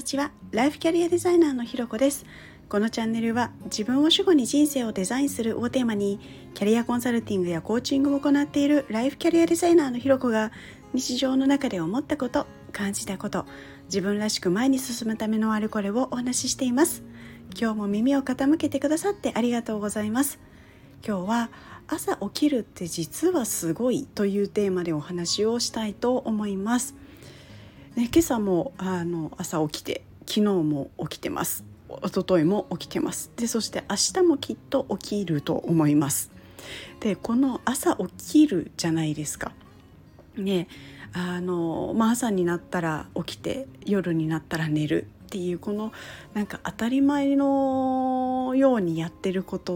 にちは。ライフキャリアデザイナーのひろこです。このチャンネルは自分を主語に人生をデザインするをテーマに、キャリアコンサルティングやコーチングを行っているライフキャリアデザイナーのひろこが、日常の中で思ったこと、感じたこと、自分らしく前に進むためのあれこれをお話ししています。今日も耳を傾けてくださってありがとうございます。今日は朝起きるって実はすごいというテーマでお話をしたいと思います。今朝も朝起きて、昨日も起きてます。一昨日も起きてます。で、そして明日もきっと起きると思います。で、この朝起きるじゃないですか。ね、朝になったら起きて、夜になったら寝るっていう、このなんか当たり前のようにやってることって、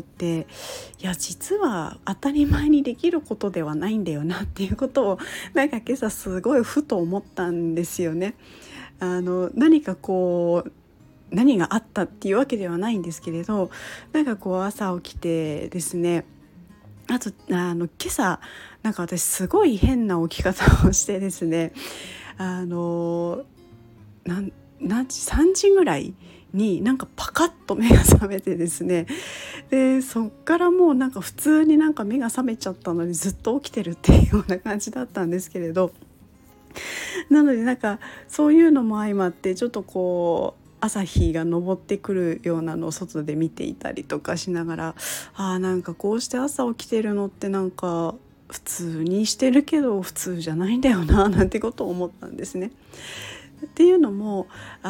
いや実は当たり前にできることではないんだよなっていうことを、なんか今朝すごいふと思ったんですよね。何か何があったっていうわけではないんですけれど、なんか朝起きてですね、あと今朝なんか私すごい変な起き方をしてですね、何時3時ぐらいになんかパカッと目が覚めてですね、でそっからもうなんか普通になんか目が覚めちゃったのにずっと起きてるっていうような感じだったんですけれど、なのでなんかそういうのも相まって、ちょっと朝日が昇ってくるようなのを外で見ていたりとかしながら、なんかこうして朝起きてるのってなんか普通にしてるけど普通じゃないんだよななんてことを思ったんですね。っていうのも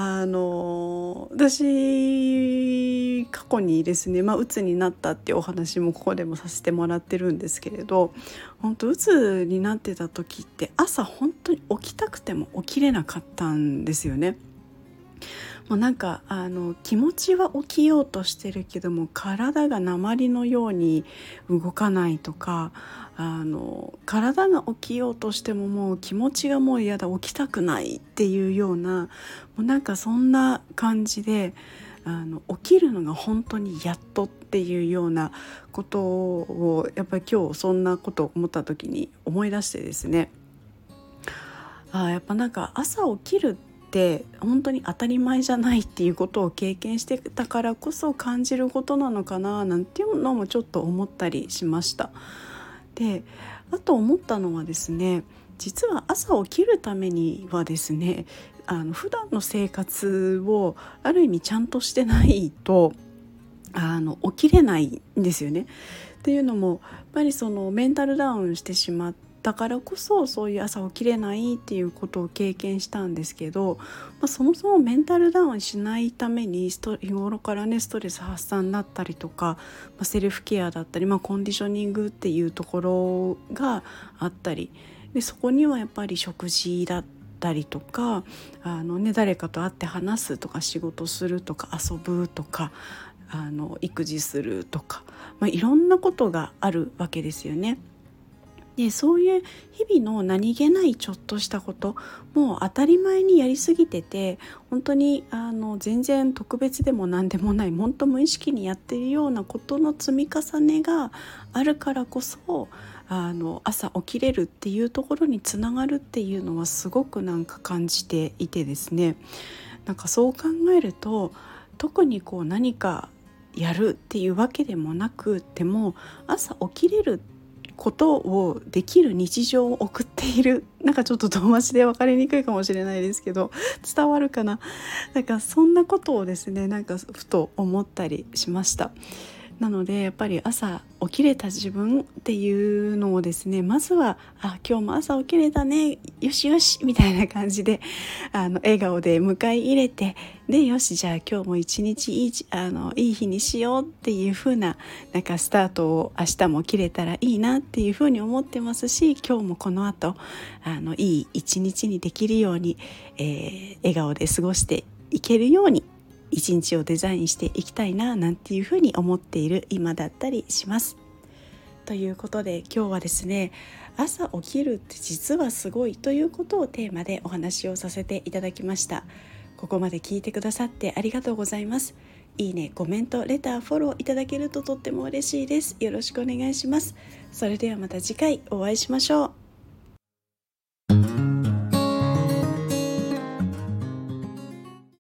私過去にですね、うつになったっていうお話もここでもさせてもらってるんですけれど、本当うつになってた時って朝本当に起きたくても起きれなかったんですよね。もうなんか気持ちは起きようとしてるけども、体が鉛のように動かないとか、体が起きようとしてももう気持ちがもう嫌だ、起きたくないっていうような、もうなんかそんな感じで起きるのが本当にやっとっていうようなことを、やっぱり今日そんなことを思った時に思い出してですね、やっぱなんか朝起きるって本当に当たり前じゃないっていうことを経験してたからこそ感じることなのかななんていうのもちょっと思ったりしました。で、あと思ったのはですね、実は朝起きるためにはですね、普段の生活をある意味ちゃんとしてないと起きれないんですよね。っていうのもやっぱりそのメンタルダウンしてしまったからこそ、そういう朝起きれないっていうことを経験したんですけど、そもそもメンタルダウンしないために日頃からねストレス発散だったりとか、セルフケアだったり、コンディショニングっていうところがあったりで、そこにはやっぱり食事だったりとか誰かと会って話すとか、仕事するとか、遊ぶとか育児するとか、いろんなことがあるわけですよね。で、そういう日々の何気ないちょっとしたこと、もう当たり前にやりすぎてて、本当に全然特別でも何でもない、本当無意識にやっているようなことの積み重ねがあるからこそ朝起きれるっていうところにつながるっていうのはすごくなんか感じていてですね、なんかそう考えると、特に何かやるっていうわけでもなくても、朝起きれることをできる日常を送っている、なんかちょっと遠回しで分かりにくいかもしれないですけど、伝わるかな。なんかそんなことをですね、なんかふと思ったりしました。なのでやっぱり朝起きれた自分っていうのをですね、まずは今日も朝起きれたね、よしよしみたいな感じで笑顔で迎え入れて、でよし、じゃあ今日も一日いい日にしようっていう風な、なんかスタートを明日も切れたらいいなっていう風に思ってますし、今日もこの後いい一日にできるように、笑顔で過ごしていけるように一日をデザインしていきたいななんていうふうに思っている今だったりします。ということで今日はですね、朝起きるって実はすごいということをテーマでお話をさせていただきました。ここまで聞いてくださってありがとうございます。いいね、コメント、レター、フォローいただけるととっても嬉しいです。よろしくお願いします。それではまた次回お会いしましょう。